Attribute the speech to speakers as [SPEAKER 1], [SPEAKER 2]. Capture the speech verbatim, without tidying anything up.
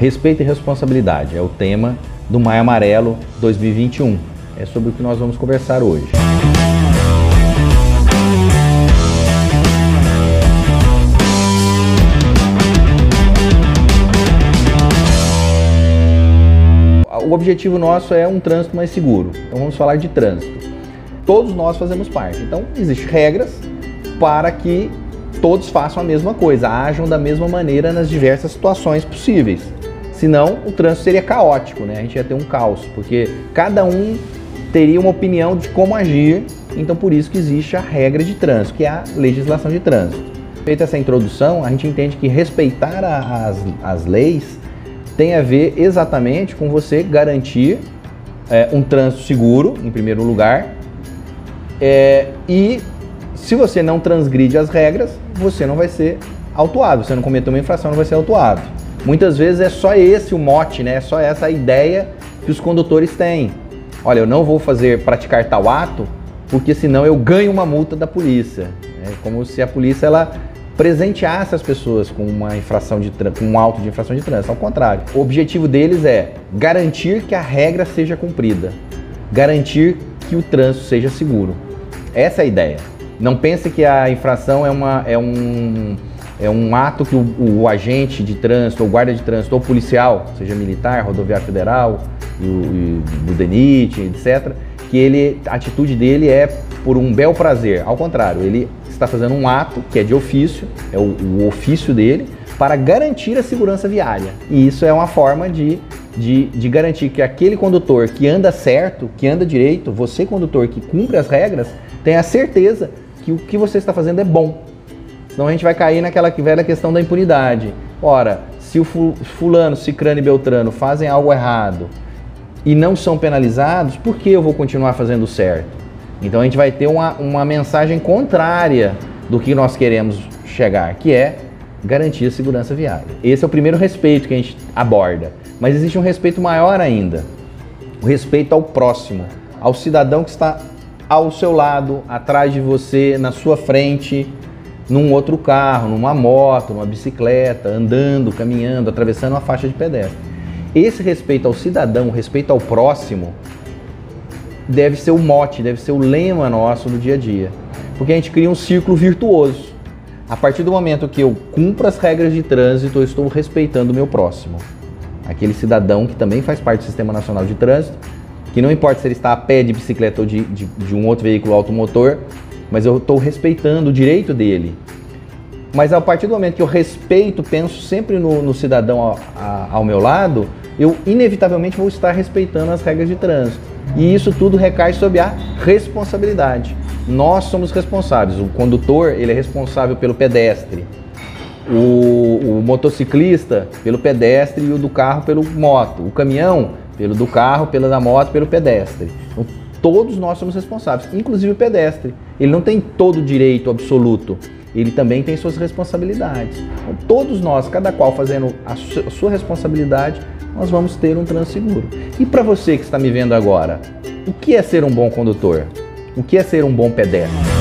[SPEAKER 1] Respeito e responsabilidade é o tema do Maio Amarelo dois mil e vinte e um. É sobre o que nós vamos conversar hoje. O objetivo nosso é um trânsito mais seguro. Então vamos falar de trânsito. Todos nós fazemos parte. Então existem regras para que todos façam a mesma coisa, ajam da mesma maneira nas diversas situações possíveis. Senão o trânsito seria caótico, né? A gente ia ter um caos, porque cada um teria uma opinião de como agir. Então por isso que existe a regra de trânsito, que é a legislação de trânsito. Feita essa introdução, a gente entende que respeitar a, as, as leis tem a ver exatamente com você garantir é, um trânsito seguro, em primeiro lugar, é, e se você não transgride as regras, você não vai ser autuado. Você não cometeu uma infração, não vai ser autuado. Muitas vezes é só esse o mote, né? É só essa a ideia que os condutores têm. Olha, eu não vou fazer, praticar tal ato, porque senão eu ganho uma multa da polícia. É como se a polícia ela presenteasse as pessoas com uma infração de com um auto de infração de trânsito. Ao contrário, o objetivo deles é garantir que a regra seja cumprida, garantir que o trânsito seja seguro. Essa é a ideia. Não pense que a infração é, uma, é, um, é um ato que o, o agente de trânsito, ou guarda de trânsito, ou policial, seja militar, rodoviário federal, e o, e o DENIT, etcétera, que ele, a atitude dele é por um bel prazer. Ao contrário, ele está fazendo um ato que é de ofício, é o, o ofício dele, para garantir a segurança viária. E isso é uma forma de, de, de garantir que aquele condutor que anda certo, que anda direito, você condutor que cumpre as regras, tenha certeza que o que você está fazendo é bom. Senão a gente vai cair naquela velha questão da impunidade. Ora, se o fulano, cicrano e beltrano fazem algo errado e não são penalizados, por que eu vou continuar fazendo certo? Então a gente vai ter uma, uma mensagem contrária do que nós queremos chegar, que é garantir a segurança viária. Esse é o primeiro respeito que a gente aborda. Mas existe um respeito maior ainda. O respeito ao próximo, ao cidadão que está ao seu lado, atrás de você, na sua frente, num outro carro, numa moto, numa bicicleta, andando, caminhando, atravessando uma faixa de pedestre. Esse respeito ao cidadão, o respeito ao próximo, deve ser o mote, deve ser o lema nosso do dia a dia. Porque a gente cria um círculo virtuoso. A partir do momento que eu cumpro as regras de trânsito, eu estou respeitando o meu próximo. Aquele cidadão que também faz parte do Sistema Nacional de Trânsito, que não importa se ele está a pé, de bicicleta ou de, de, de um outro veículo automotor, mas eu estou respeitando o direito dele. Mas a partir do momento que eu respeito, penso sempre no, no cidadão ao, a, ao meu lado, eu inevitavelmente vou estar respeitando as regras de trânsito. E isso tudo recai sobre a responsabilidade. Nós somos responsáveis. O condutor, ele é responsável pelo pedestre. O, o motociclista pelo pedestre e o do carro pelo moto. O caminhão pelo do carro, pelo da moto, pelo pedestre. Então, todos nós somos responsáveis, inclusive o pedestre. Ele não tem todo o direito absoluto, ele também tem suas responsabilidades. Então, todos nós, cada qual fazendo a sua responsabilidade, nós vamos ter um trânsito seguro. E para você que está me vendo agora, o que é ser um bom condutor? O que é ser um bom pedestre?